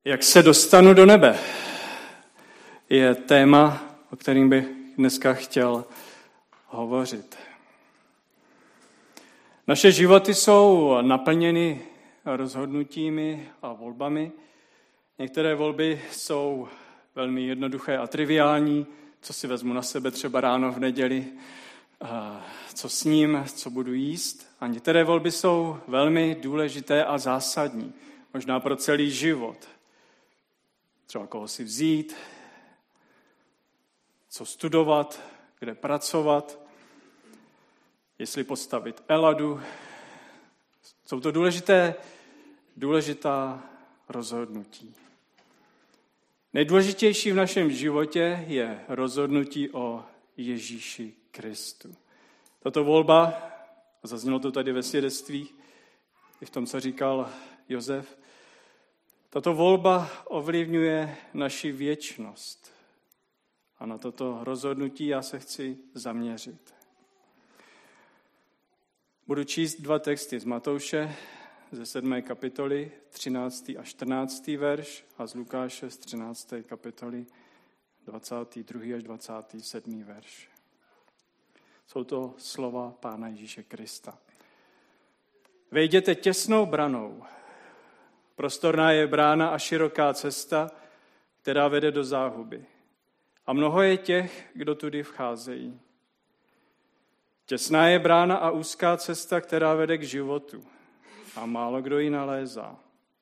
Jak se dostanu do nebe, je téma, o kterém bych dneska chtěl hovořit. Naše životy jsou naplněny rozhodnutími a volbami. Některé volby jsou velmi jednoduché a triviální, co si vezmu na sebe třeba ráno v neděli, co sním, co budu jíst. A některé volby jsou velmi důležité a zásadní, možná pro celý život. Třeba koho si vzít, co studovat, kde pracovat, jestli postavit Eladu. Jsou to důležitá rozhodnutí. Nejdůležitější v našem životě je rozhodnutí o Ježíši Kristu. Tato volba, zaznělo to tady ve svědectví, i v tom, co říkal Josef, tato volba ovlivňuje naši věčnost. A na toto rozhodnutí já se chci zaměřit. Budu číst 2 texty z Matouše, ze 7. kapitoly, 13. a 14. verš a z Lukáše z 13. kapitoly, 22. až 27. verš. Jsou to slova Pána Ježíše Krista. Vejděte těsnou branou. Prostorná je brána a široká cesta, která vede do záhuby. A mnoho je těch, kdo tudy vcházejí. Těsná je brána a úzká cesta, která vede k životu. A málo kdo ji nalézá.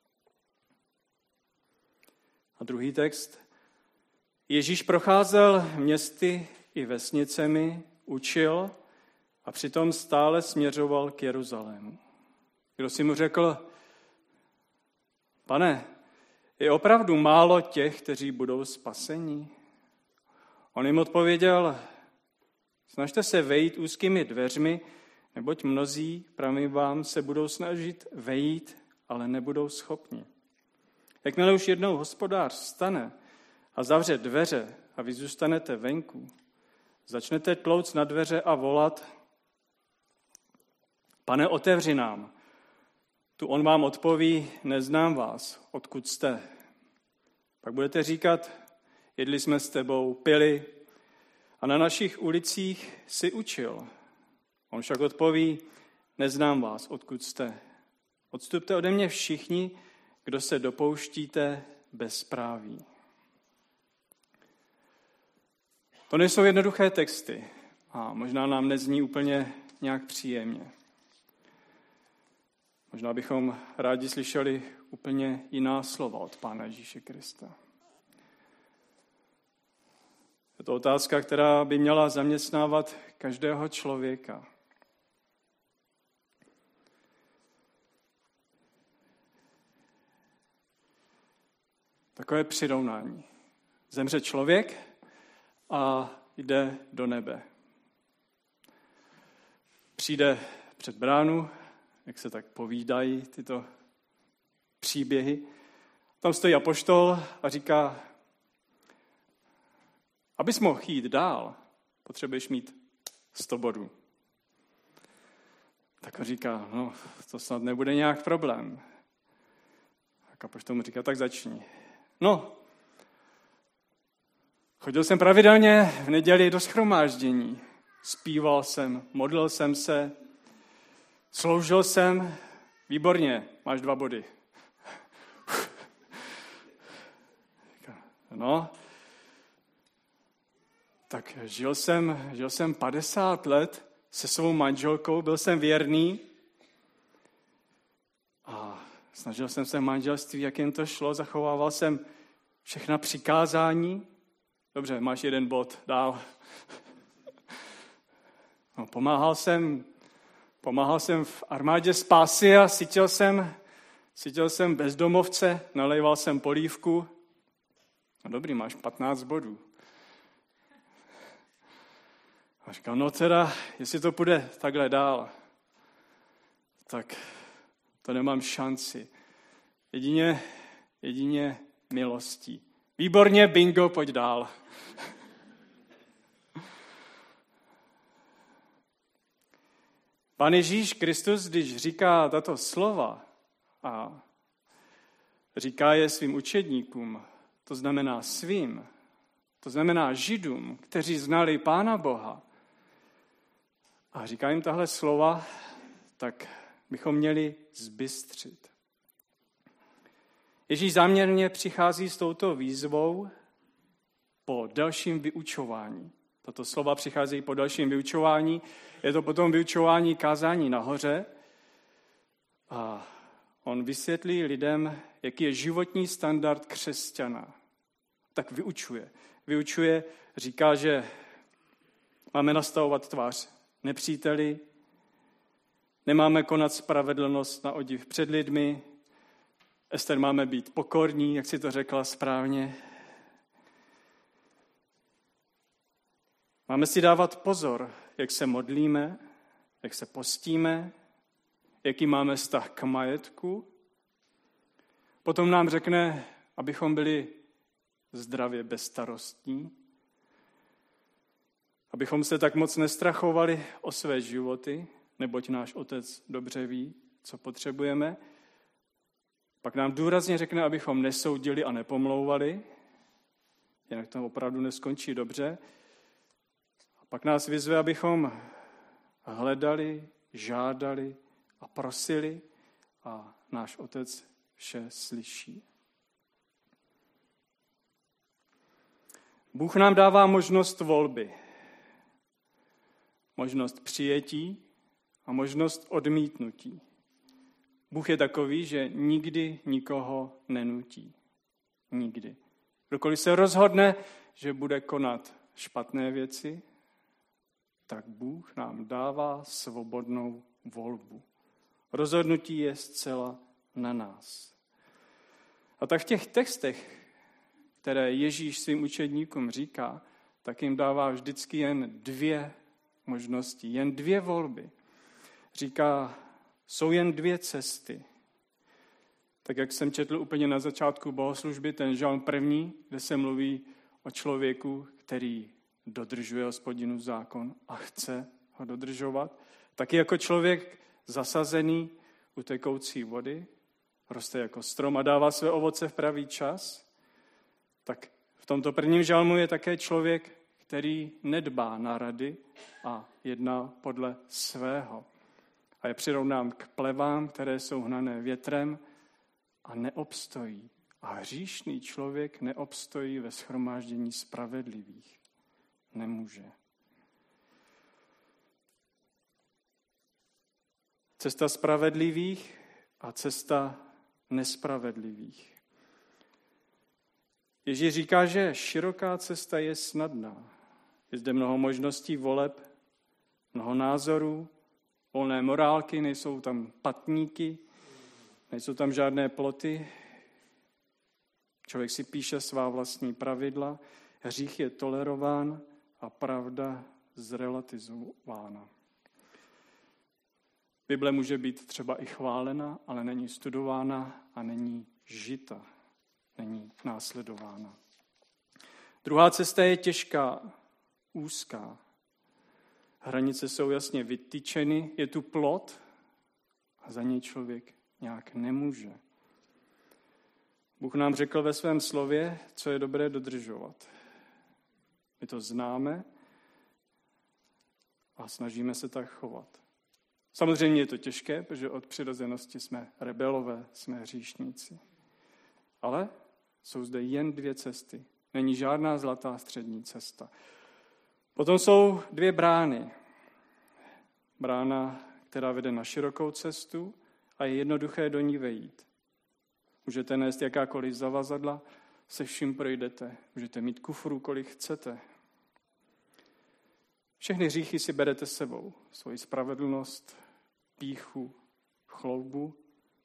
A druhý text. Ježíš procházel městy i vesnicemi, učil a přitom stále směřoval k Jeruzalému. Kdo si mu řekl: Pane, je opravdu málo těch, kteří budou spaseni? On jim odpověděl: Snažte se vejít úzkými dveřmi, neboť mnozí prami vám se budou snažit vejít, ale nebudou schopni. Jakmile už jednou hospodář vstane a zavře dveře a vy zůstanete venku, začnete tlouct na dveře a volat: Pane, otevři nám. Tu on vám odpoví: Neznám vás, odkud jste. Pak budete říkat: Jedli jsme s tebou, pili a na našich ulicích si učil. On však odpoví: Neznám vás, odkud jste. Odstupte ode mě všichni, kdo se dopouštíte bezpráví. To nejsou jednoduché texty a možná nám nezní úplně nějak příjemně. Možná bychom rádi slyšeli úplně jiná slova od Pána Ježíše Krista. Je to otázka, která by měla zaměstnávat každého člověka. Takové přirovnání. Zemře člověk a jde do nebe. Přijde před bránu, jak se tak povídají tyto příběhy. Tam stojí apoštol a říká: Abys mohl jít dál, potřebuješ mít 100 bodů. Tak on říká: No, to snad nebude nějak problém. Tak apoštol mu říká: Tak začni. No, chodil jsem pravidelně v neděli do shromáždění. Zpíval jsem, modlil jsem se, sloužil jsem. Výborně, máš 2 body. No, tak žil jsem 50 let se svou manželkou, byl jsem věrný a snažil jsem se v manželství, jak jen to šlo, zachovával jsem všechna přikázání. Dobře, máš 1 bod, dál. No, pomáhal jsem v armádě spásy a sytil jsem bezdomovce, nalejval jsem polívku. No dobrý, máš 15 bodů. A říkal: No teda, jestli to půjde takhle dál, tak to nemám šanci. Jedině milostí. Výborně, bingo, pojď dál. Pán Ježíš Kristus, když říká tato slova a Říká je svým učedníkům, to znamená svým, to znamená Židům, kteří znali Pána Boha. A říká jim tahle slova, tak bychom měli zbystřit. Ježíš záměrně přichází s touto výzvou po dalším vyučování. Tato slova přicházejí po dalším vyučování. Je to potom vyučování kázání nahoře. A on vysvětlí lidem, jaký je životní standard křesťana. Tak vyučuje. Vyučuje, říká, že máme nastavovat tvář nepříteli, nemáme konat spravedlnost na odiv před lidmi, Ester máme být pokorní, jak si to řekla správně. Máme si dávat pozor, jak se modlíme, jak se postíme, jaký máme vztah k majetku. Potom nám řekne, abychom byli zdravě bezstarostní, abychom se tak moc nestrachovali o své životy, neboť náš Otec dobře ví, co potřebujeme. Pak nám důrazně řekne, abychom nesoudili a nepomlouvali, jinak to opravdu neskončí dobře. A pak nás vyzve, abychom hledali, žádali a prosili a náš Otec vše slyší. Bůh nám dává možnost volby. Možnost přijetí a možnost odmítnutí. Bůh je takový, že nikdy nikoho nenutí. Nikdy. Kdokoliv se rozhodne, že bude konat špatné věci, tak Bůh nám dává svobodnou volbu. Rozhodnutí je zcela na nás. A tak v těch textech, které Ježíš svým učedníkům říká, tak jim dává vždycky jen dvě možnosti, jen dvě volby. Říká, jsou jen dvě cesty. Tak jak jsem četl úplně na začátku bohoslužby, ten žalm první, kde se mluví o člověku, který dodržuje Hospodinův zákon a chce ho dodržovat, tak jako člověk zasazený u tekoucí vody, roste jako strom a dává své ovoce v pravý čas, tak v tomto prvním žalmu je také člověk, který nedbá na rady a jedná podle svého. A je přirovnán k plevám, které jsou hnané větrem a neobstojí. A hříšný člověk neobstojí ve shromáždění spravedlivých. Nemůže. Cesta spravedlivých a cesta nespravedlivých. Ježíš říká, že široká cesta je snadná. Je zde mnoho možností voleb, mnoho názorů, volné morálky, nejsou tam patníky, nejsou tam žádné ploty. Člověk si píše svá vlastní pravidla, hřích je tolerován a pravda zrelatizována. Bible může být třeba i chválena, ale není studována a není žita, není následována. Druhá cesta je těžká, úzká. Hranice jsou jasně vytyčeny, je tu plot a za něj člověk nějak nemůže. Bůh nám řekl ve svém slově, co je dobré dodržovat. My to známe a snažíme se tak chovat. Samozřejmě je to těžké, protože od přirozenosti jsme rebelové, jsme hříšníci. Ale jsou zde jen dvě cesty. Není žádná zlatá střední cesta. Potom jsou dvě brány. Brána, která vede na širokou cestu a je jednoduché do ní vejít. Můžete nést jakákoliv zavazadla, se vším projdete. Můžete mít kufru, kolik chcete. Všechny hříchy si berete s sebou. Svoji spravedlnost, pýchu, chloubu.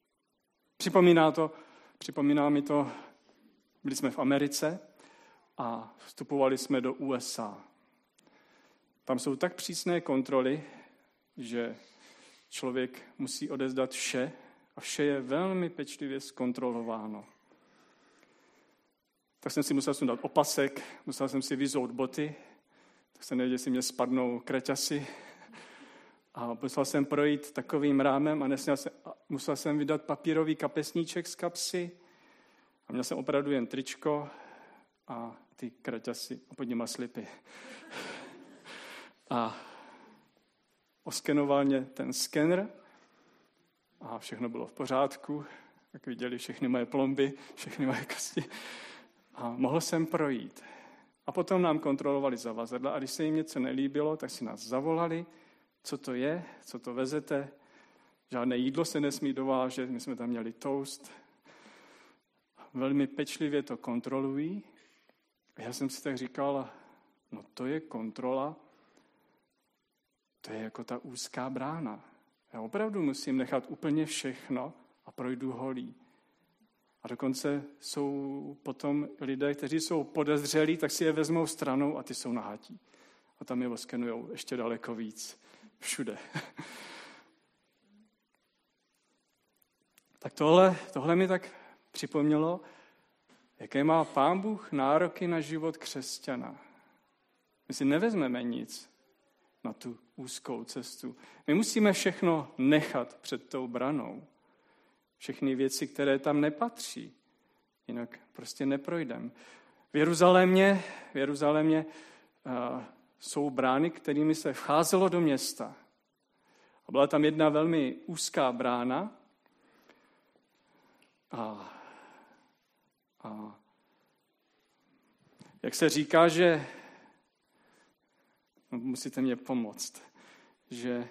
Připomíná mi to, byli jsme v Americe a vstupovali jsme do USA. Tam jsou tak přísné kontroly, že člověk musí odevzdat vše a vše je velmi pečlivě zkontrolováno. Tak jsem si musel sundat opasek, musel jsem si vyzout boty, tak jsem nevěděl, jestli mě spadnou kraťasy. A musel jsem projít takovým rámem a musel jsem vydat papírový kapesníček z kapsy A měl jsem opravdu jen tričko a ty kraťasy a pod nima slipy. A oskenoval mě ten skener a všechno bylo v pořádku. Jak viděli všechny moje plomby, všechny moje kosti. A mohl jsem projít. A potom nám kontrolovali zavazadla a když se jim něco nelíbilo, tak si nás zavolali, co to je, co to vezete. Žádné jídlo se nesmí dovážet, my jsme tam měli toast. Velmi pečlivě to kontrolují. A já jsem si tak říkal, no to je kontrola, to je jako ta úzká brána. Já opravdu musím nechat úplně všechno a projdu holý. A dokonce jsou potom lidé, kteří jsou podezřelí, tak si je vezmou stranou a ty jsou nahatí. A tam je oskenujou ještě daleko víc. Všude. Tak tohle mi tak připomnělo, jaké má Pán Bůh nároky na život křesťana. My si nevezmeme nic na tu úzkou cestu. My musíme všechno nechat před tou branou. Všechny věci, které tam nepatří. Jinak prostě neprojdeme. V Jeruzalémě jsou brány, kterými se vcházelo do města. A byla tam jedna velmi úzká brána. A jak se říká, že musíte mě pomoct, že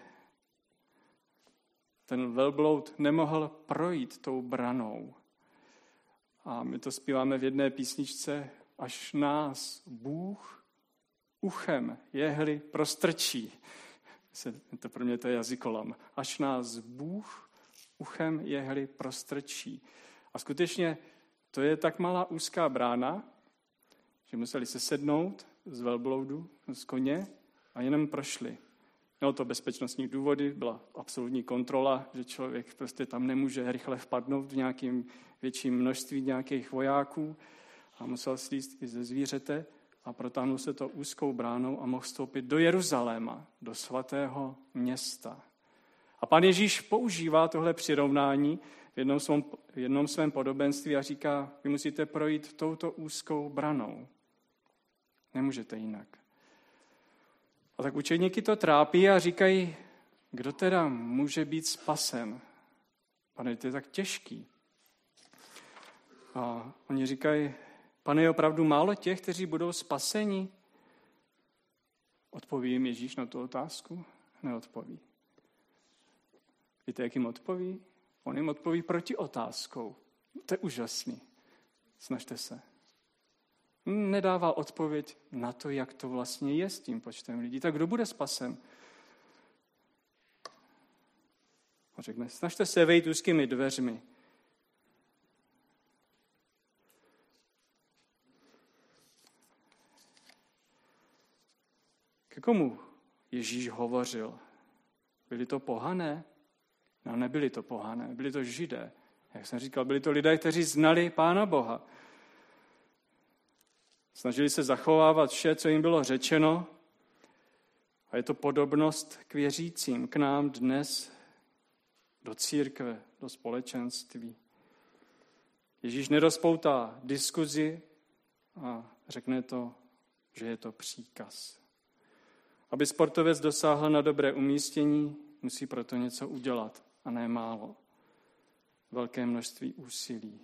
ten velbloud nemohl projít tou branou. A my to zpíváme v jedné písničce, až nás Bůh uchem jehly prostrčí. To pro mě to je jazykolam. Až nás Bůh uchem jehly prostrčí. A skutečně to je tak malá úzká brána, že museli se sednout z velbloudu, z koně a jenom prošli. Mělo to bezpečnostní důvody, byla absolutní kontrola, že člověk prostě tam nemůže rychle vpadnout v nějakým větším množství nějakých vojáků a musel slízt i ze zvířete a protáhnul se to úzkou bránou a mohl vstoupit do Jeruzaléma, do svatého města. A Pán Ježíš používá tohle přirovnání v jednom svém podobenství a říká, vy musíte projít touto úzkou branou. Nemůžete jinak. A tak učedníky to trápí a říkají, kdo teda může být spasen? Pane, to je tak těžký. A oni říkají, Pane, je opravdu málo těch, kteří budou spaseni? Odpoví jim Ježíš na tu otázku? Neodpoví. Víte, jak jim odpoví? On jim odpoví proti otázkou. To je úžasný. Snažte se. Nedával odpověď na to, jak to vlastně je s tím počtem lidí. Tak kdo bude spasen? On řekne, snažte se vejít úzkými dveřmi. Ke komu Ježíš hovořil? Byli to pohané? No, nebyli to pohané, byli to Židé. Jak jsem říkal, byli to lidé, kteří znali Pána Boha. Snažili se zachovávat vše, co jim bylo řečeno. A je to podobnost k věřícím, k nám dnes, do církve, do společenství. Ježíš nerozpoutá diskuzi a řekne to, že je to příkaz. Aby sportovec dosáhl na dobré umístění, musí proto něco udělat a ne málo. Velké množství úsilí.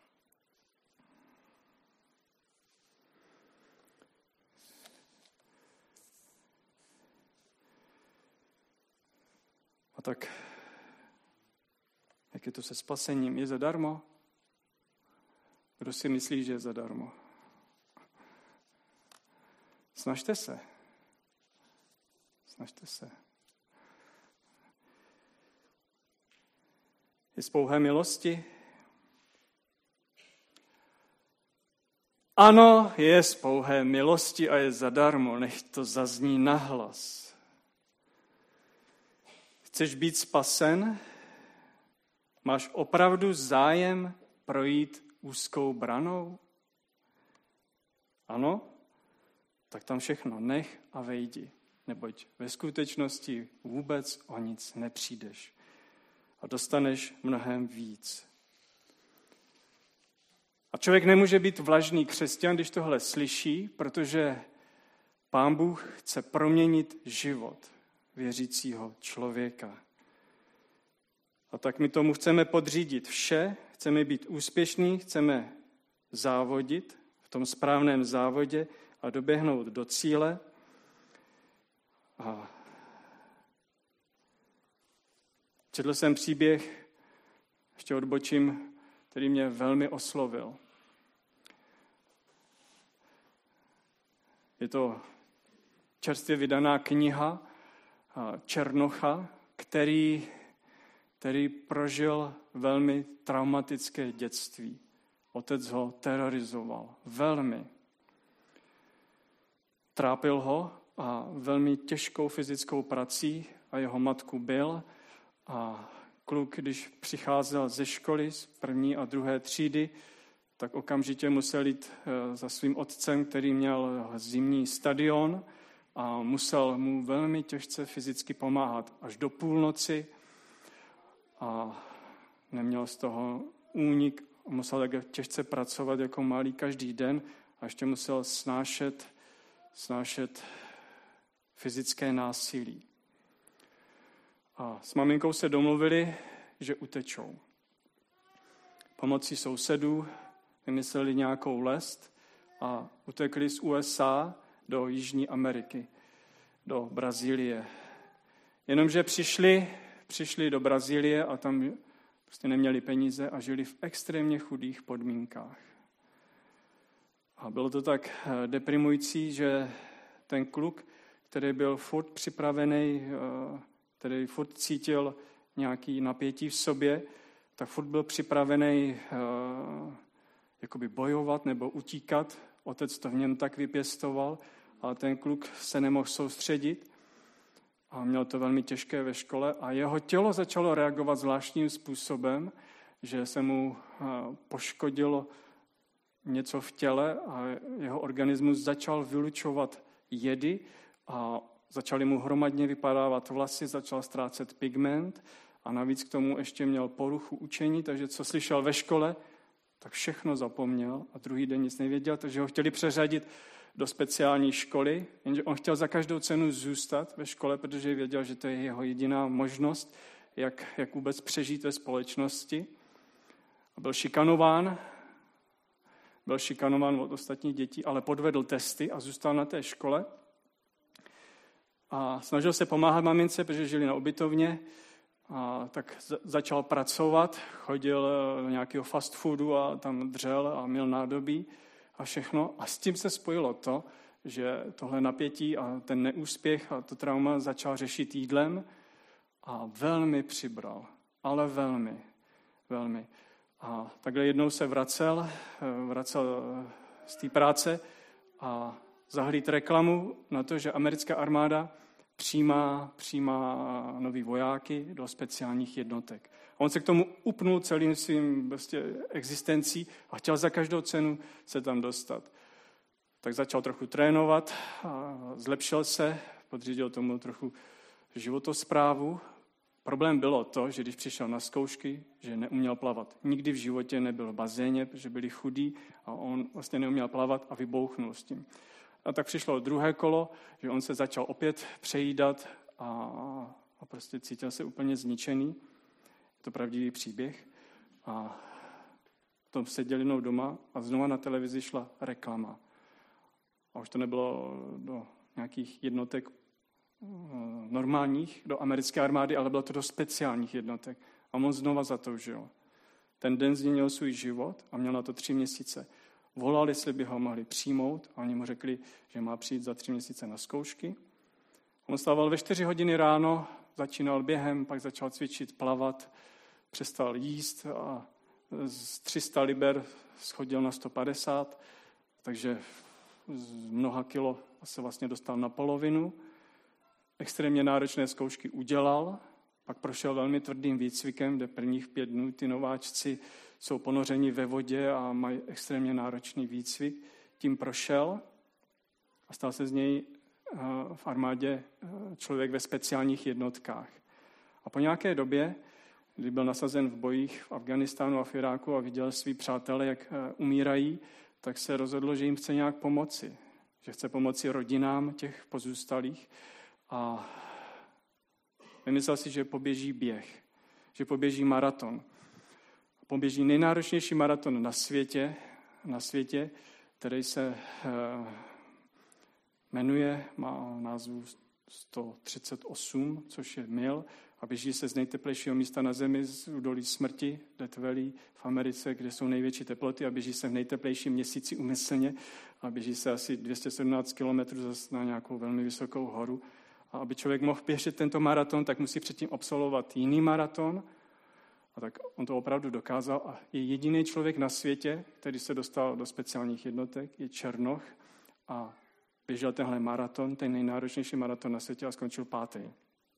A tak, jak je to se spasením? Je zadarmo? Kdo si myslí, že je zadarmo? Snažte se. Snažte se. Je z pouhé milosti? Ano, je z pouhé milosti a je zadarmo, nech to zazní nahlas. Chceš být spasen? Máš opravdu zájem projít úzkou branou? Ano? Tak tam všechno nech a vejdi, neboť ve skutečnosti vůbec o nic nepřijdeš a dostaneš mnohem víc. A člověk nemůže být vlažný křesťan, když tohle slyší, protože Pán Bůh chce proměnit život věřícího člověka. A tak my tomu chceme podřídit vše, chceme být úspěšní, chceme závodit v tom správném závodě a doběhnout do cíle. A četl jsem příběh, ještě odbočím, který mě velmi oslovil. Je to čerstvě vydaná kniha Černocha, který prožil velmi traumatické dětství. Otec ho terorizoval. Velmi. Trápil ho a velmi těžkou fyzickou prací a jeho matku byl. A kluk, když přicházel ze školy z 1. a 2. třídy, tak okamžitě musel jít za svým otcem, který měl zimní stadion a musel mu velmi těžce fyzicky pomáhat až do půlnoci a neměl z toho únik. Musel tak těžce pracovat jako malý každý den a ještě musel snášet fyzické násilí. A s maminkou se domluvili, že utečou. Pomocí sousedů vymysleli nějakou lest a utekli z USA do Jižní Ameriky, do Brazílie. Jenomže přišli do Brazílie a tam prostě neměli peníze a žili v extrémně chudých podmínkách. A bylo to tak deprimující, že ten kluk, který byl furt připravený, který furt cítil nějaký napětí v sobě, tak furt byl připravený jakoby bojovat nebo utíkat. Otec to v něm tak vypěstoval, ale ten kluk se nemohl soustředit a měl to velmi těžké ve škole a jeho tělo začalo reagovat zvláštním způsobem, že se mu poškodilo něco v těle a jeho organismus začal vylučovat jedy a začaly mu hromadně vypadávat vlasy, začal ztrácet pigment a navíc k tomu ještě měl poruchu učení, takže co slyšel ve škole, tak všechno zapomněl a druhý den nic nevěděl, takže ho chtěli přeřadit do speciální školy, jenže on chtěl za každou cenu zůstat ve škole, protože věděl, že to je jeho jediná možnost, jak vůbec přežít ve společnosti. A byl šikanován od ostatních dětí, ale podvedl testy a zůstal na té škole. A snažil se pomáhat mamince, protože žili na ubytovně, a tak začal pracovat, chodil do nějakého fast foodu a tam dřel a měl nádobí a všechno. A s tím se spojilo to, že tohle napětí a ten neúspěch a to trauma začal řešit jídlem a velmi přibral, ale velmi. A takhle jednou se vracel z té práce a zahlídl reklamu na to, že americká armáda přijímá nový vojáky do speciálních jednotek. A on se k tomu upnul celým svým existencí a chtěl za každou cenu se tam dostat. Tak začal trochu trénovat, a zlepšil se, podřídil tomu trochu životosprávu. Problém bylo to, že když přišel na zkoušky, že neuměl plavat. Nikdy v životě nebyl v bazéně, protože byli chudí a on vlastně neuměl plavat a vybouchnul s tím. A tak přišlo druhé kolo, že on se začal opět přejídat a prostě cítil se úplně zničený. Je to pravdivý příběh. A potom seděl jednou doma a znova na televizi šla reklama. A už to nebylo do nějakých jednotek normálních, do americké armády, ale bylo to do speciálních jednotek. A on znova zatoužil. Ten den změnil svůj život a měl na to 3 měsíce. Volali, jestli by ho mohli přijmout a oni mu řekli, že má přijít za 3 měsíce na zkoušky. On stával ve 4 hodiny ráno, začínal během, pak začal cvičit, plavat, přestal jíst a z 300 liber schodil na 150, takže z mnoha kilo se vlastně dostal na polovinu. Extrémně náročné zkoušky udělal, pak prošel velmi tvrdým výcvikem, kde prvních 5 dnů ty nováčci jsou ponořeni ve vodě a mají extrémně náročný výcvik. Tím prošel a stal se z něj v armádě člověk ve speciálních jednotkách. A po nějaké době kdy byl nasazen v bojích v Afghánistánu a v Iráku a viděl svý přátelé, jak umírají, tak se rozhodl, že jim chce nějak pomoci. Že chce pomoci rodinám těch pozůstalých a vymyslel si, že poběží běh, že poběží maraton. Poběží nejnáročnější maraton na světě, který se jmenuje, má názvu 138, což je mil, a běží se z nejteplejšího místa na zemi, z údolí smrti, Death Valley v Americe, kde jsou největší teploty, a běží se v nejteplejším měsíci úmyslně a běží se asi 217 kilometrů zase na nějakou velmi vysokou horu. A aby člověk mohl běžet tento maraton, tak musí předtím absolvovat jiný maraton. A tak on to opravdu dokázal a je jediný člověk na světě, který se dostal do speciálních jednotek, je Černoch a běžel tenhle maraton, ten nejnáročnější maraton na světě a skončil 5.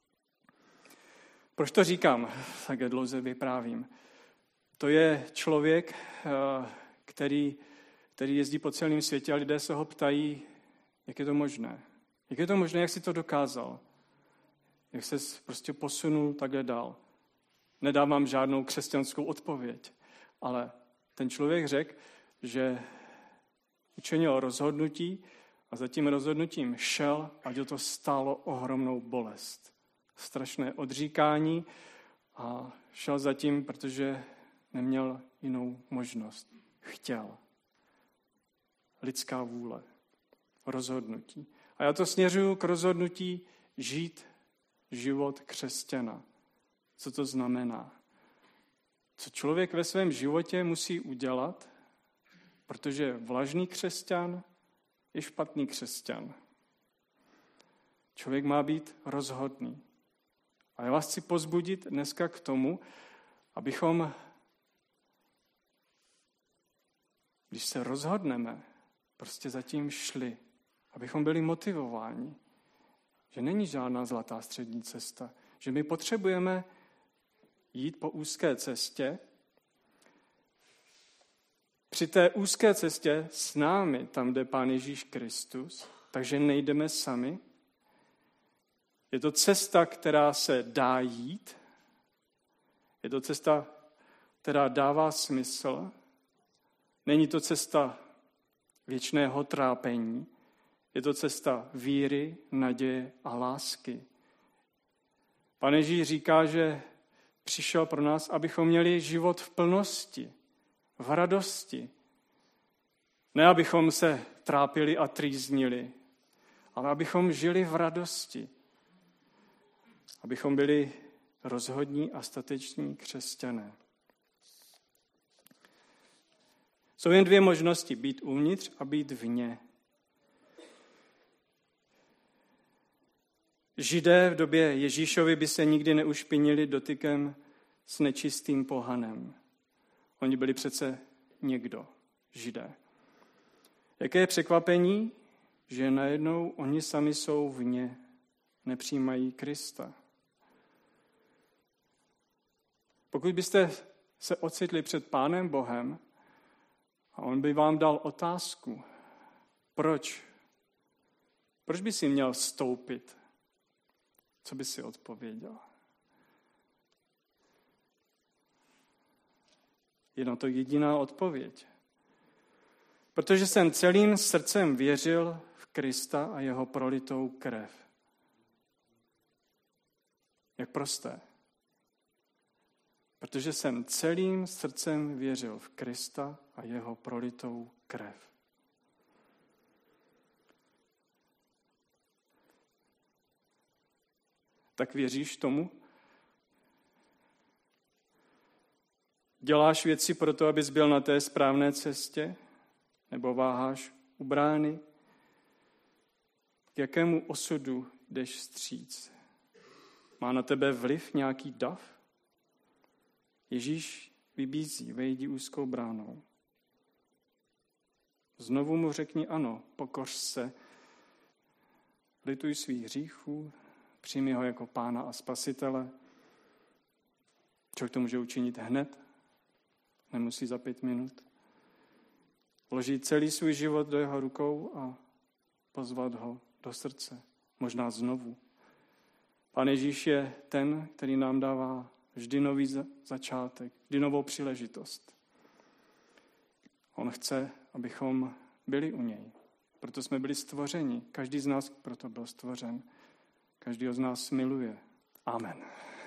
Proč to říkám? Tak dlouze vyprávím. To je člověk, který jezdí po celém světě a lidé se ho ptají, jak je to možné. Jak je to možné, jak si to dokázal? Jak se prostě posunul takhle dál? Nedávám žádnou křesťanskou odpověď, ale ten člověk řekl, že učinil rozhodnutí a za tím rozhodnutím šel, ať to stálo ohromnou bolest. Strašné odříkání a šel za tím, protože neměl jinou možnost. Chtěl. Lidská vůle. Rozhodnutí. A já to směřuju k rozhodnutí žít život křesťana. Co to znamená? Co člověk ve svém životě musí udělat, protože vlažný křesťan je špatný křesťan. Člověk má být rozhodný. A já vás chci pozbudit dneska k tomu, abychom, když se rozhodneme, prostě zatím šli. Abychom byli motivováni. Že není žádná zlatá střední cesta. Že my potřebujeme jít po úzké cestě. Při té úzké cestě s námi tam jde Pán Ježíš Kristus, takže nejdeme sami. Je to cesta, která se dá jít. Je to cesta, která dává smysl. Není to cesta věčného trápení. Je to cesta víry, naděje a lásky. Pán Ježíš říká, že přišel pro nás, abychom měli život v plnosti, v radosti. Ne, abychom se trápili a trýznili, ale abychom žili v radosti. Abychom byli rozhodní a stateční křesťané. Jsou jen 2 možnosti, být uvnitř a být vně. Židé v době Ježíšovi by se nikdy neušpinili dotykem s nečistým pohanem. Oni byli přece někdo, Židé. Jaké je překvapení, že najednou oni sami jsou vně, nepřijímají Krista. Pokud byste se ocitli před Pánem Bohem a on by vám dal otázku, proč by si měl vstoupit, co by si odpověděl? Je na to jediná odpověď. Protože jsem celým srdcem věřil v Krista a jeho prolitou krev. Jak prosté. Protože jsem celým srdcem věřil v Krista a jeho prolitou krev. Tak věříš tomu? Děláš věci proto, abys byl na té správné cestě? Nebo váháš u brány? K jakému osudu jdeš vstříc? Má na tebe vliv nějaký dav? Ježíš vybízí, vejdi úzkou bránou. Znovu mu řekni ano, pokoř se, lituj svých hříchů, přijmi ho jako Pána a Spasitele. Člověk to může učinit hned, nemusí za 5 minut. Vložit celý svůj život do jeho rukou a pozvat ho do srdce. Možná znovu. Pán Ježíš je ten, který nám dává vždy nový začátek, vždy novou příležitost. On chce, abychom byli u něj. Proto jsme byli stvořeni. Každý z nás proto byl stvořen. Každý z nás miluje. Amen.